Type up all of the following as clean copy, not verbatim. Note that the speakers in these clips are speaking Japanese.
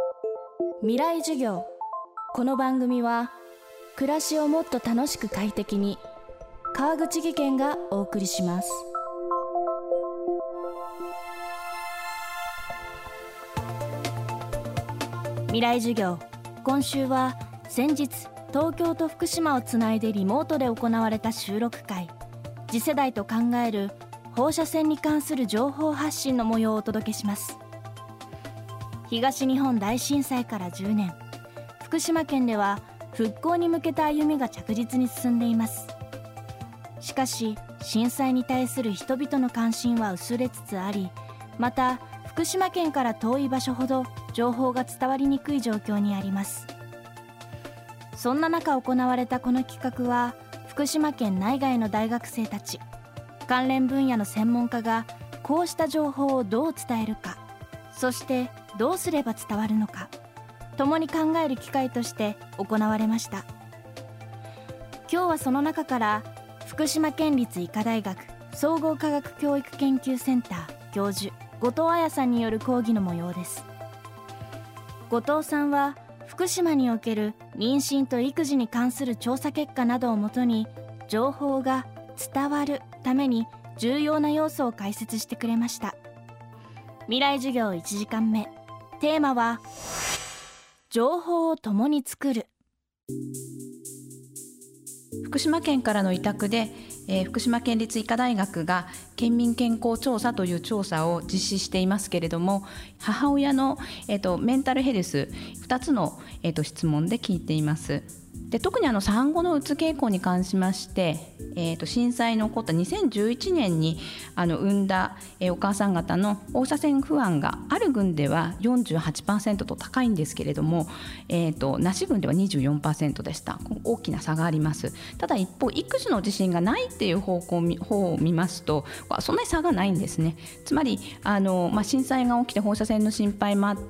未来授業。この番組は暮らしをもっと楽しく快適に、川口義賢がお送りします。未来授業。今週は先日東京と福島をつないでリモートで行われた収録会、次世代と考える放射線に関する情報発信の模様をお届けします。東日本大震災から10年、福島県では復興に向けた歩みが着実に進んでいます。しかし震災に対する人々の関心は薄れつつあり、また福島県から遠い場所ほど情報が伝わりにくい状況にあります。そんな中行われたこの企画は、福島県内外の大学生たち、関連分野の専門家がこうした情報をどう伝えるか、そしてどうすれば伝わるのか、共に考える機会として行われました。今日はその中から福島県立医科大学総合科学教育研究センター教授後藤彩さんによる講義の模様です。後藤さんは福島における妊娠と育児に関する調査結果などをもとに、情報が伝わるために重要な要素を解説してくれました。未来授業1時間目、テーマは情報を共に作る。 福島県からの委託で、福島県立医科大学が県民健康調査という調査を実施していますけれども、母親の、メンタルヘルス2つの、質問で聞いています。で、特に産後のうつ傾向に関しまして、震災の起こった2011年に産んだ、お母さん方の放射線不安がある郡では 48% と高いんですけれども、なし郡では 24% でした。大きな差があります。ただ一方、育児の自信がないっていう方を見ますと、そんなに差がないんですね。つまり震災が起きて放射線の心配もあって、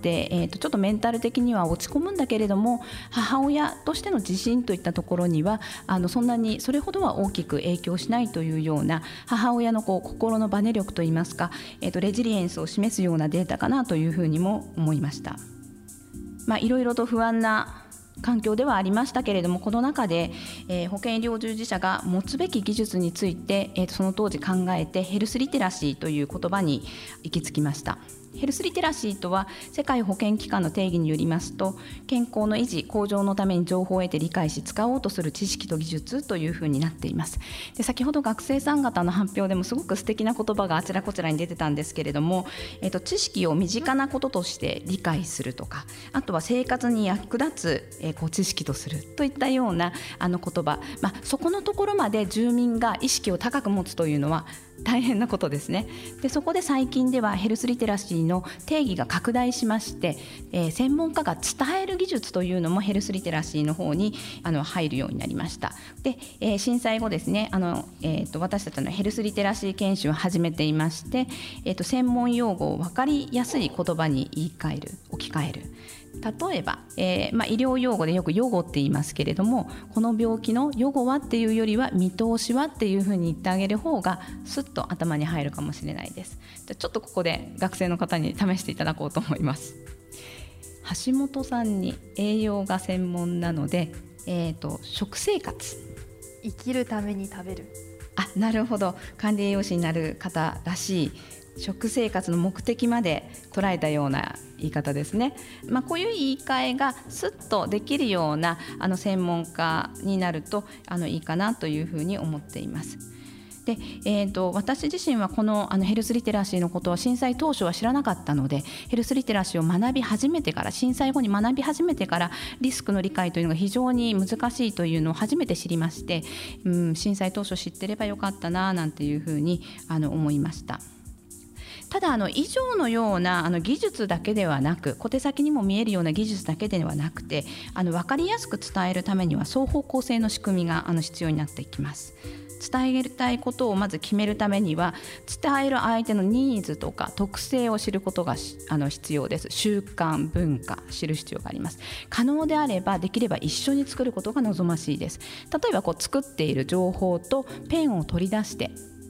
ちょっとメンタル的には落ち込むんだけれども、母親としての自信といったところにはそんなにそれほどは大きく影響しないというような、母親の心のバネ力といいますか、レジリエンスを示すようなデータかなというふうにも思いました。いろいろと不安な環境ではありましたけれども、この中で、保健医療従事者が持つべき技術について、その当時考えてヘルスリテラシーという言葉に行き着きました。ヘルスリテラシーとは、世界保健機関の定義によりますと、健康の維持向上のために情報を得て理解し使おうとする知識と技術というふうになっています。で、先ほど学生さん方の発表でもすごく素敵な言葉があちらこちらに出てたんですけれども、知識を身近なこととして理解するとか、あとは生活に役立つ、知識とするといったような言葉、そこのところまで住民が意識を高く持つというのは大変なことですね。で、そこで最近ではヘルスリテラシーの定義が拡大しまして、専門家が伝える技術というのもヘルスリテラシーの方に入るようになりました。で、震災後ですね、私たちのヘルスリテラシー研修を始めていまして、専門用語を分かりやすい言葉に置き換える。例えば、医療用語でよく予後って言いますけれども、この病気の予後はっていうよりは見通しはっていうふうに言ってあげる方がスッと頭に入るかもしれないです。ちょっとここで学生の方に試していただこうと思います。橋本さんに栄養が専門なので、食生活、 生きるために食べる。 なるほど。管理栄養士になる方らしい食生活の目的まで捉えたような言い方ですね。こういう言い換えがスッとできるような専門家になるといいかなというふうに思っています。で、私自身はこのヘルスリテラシーのことは震災当初は知らなかったので、ヘルスリテラシーを学び始めてから、震災後に学び始めてからリスクの理解というのが非常に難しいというのを初めて知りまして、震災当初知ってればよかったななんていうふうに思いました。ただ以上のような技術だけではなく、小手先にも見えるような技術だけではなくて、分かりやすく伝えるためには双方向性の仕組みが必要になっていきます。伝えたいことをまず決めるためには、伝える相手のニーズとか特性を知ることが必要です。習慣、文化、知る必要があります。可能であれば、できれば一緒に作ることが望ましいです。例えば作っている情報とペンを取り出して、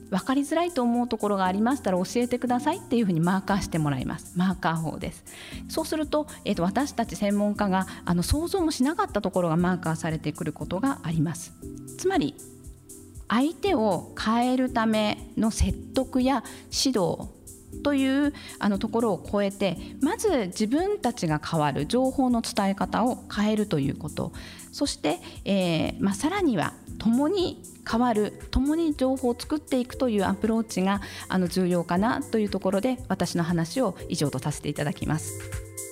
分かりづらいと思うところがありましたら教えてくださいっていうふうにマーカーしてもらいます。マーカー法です。そうすると、私たち専門家が想像もしなかったところがマーカーされてくることがあります。つまり相手を変えるための説得や指導というところを超えて、まず自分たちが変わる情報の伝え方を変えるということ、そして、さらには共に変わる、共に情報を作っていくというアプローチが重要かなというところで、私の話を以上とさせていただきます。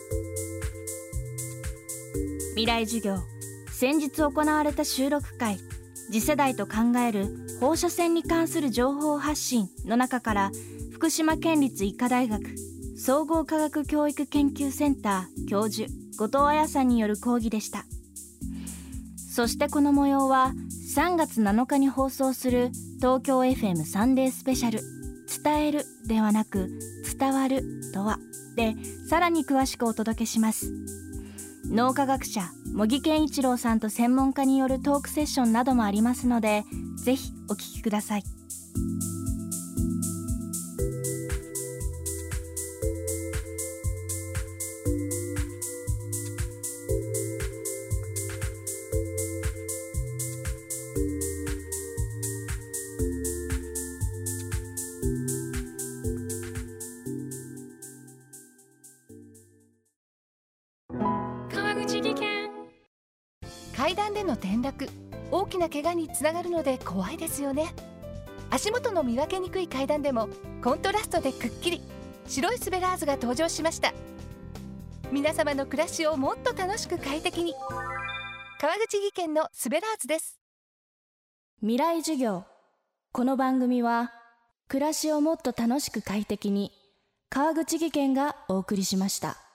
未来授業、先日行われた収録会、次世代と考える放射線に関する情報発信の中から、福島県立医科大学総合科学教育研究センター教授後藤彩さんによる講義でした。そしてこの模様は3月7日に放送する東京 FM サンデースペシャル、伝えるではなく伝わるとはでさらに詳しくお届けします。脳科学者茂木健一郎さんと専門家によるトークセッションなどもありますので、ぜひお聞きください。 階段での転落、大きな怪我につながるので怖いですよね。足元の見分けにくい階段でもコントラストでくっきり白いスベラーズが登場しました。皆様の暮らしをもっと楽しく快適に、川口技研のスベラーズです。 未来授業、この番組は暮らしをもっと楽しく快適に、川口技研がお送りしました。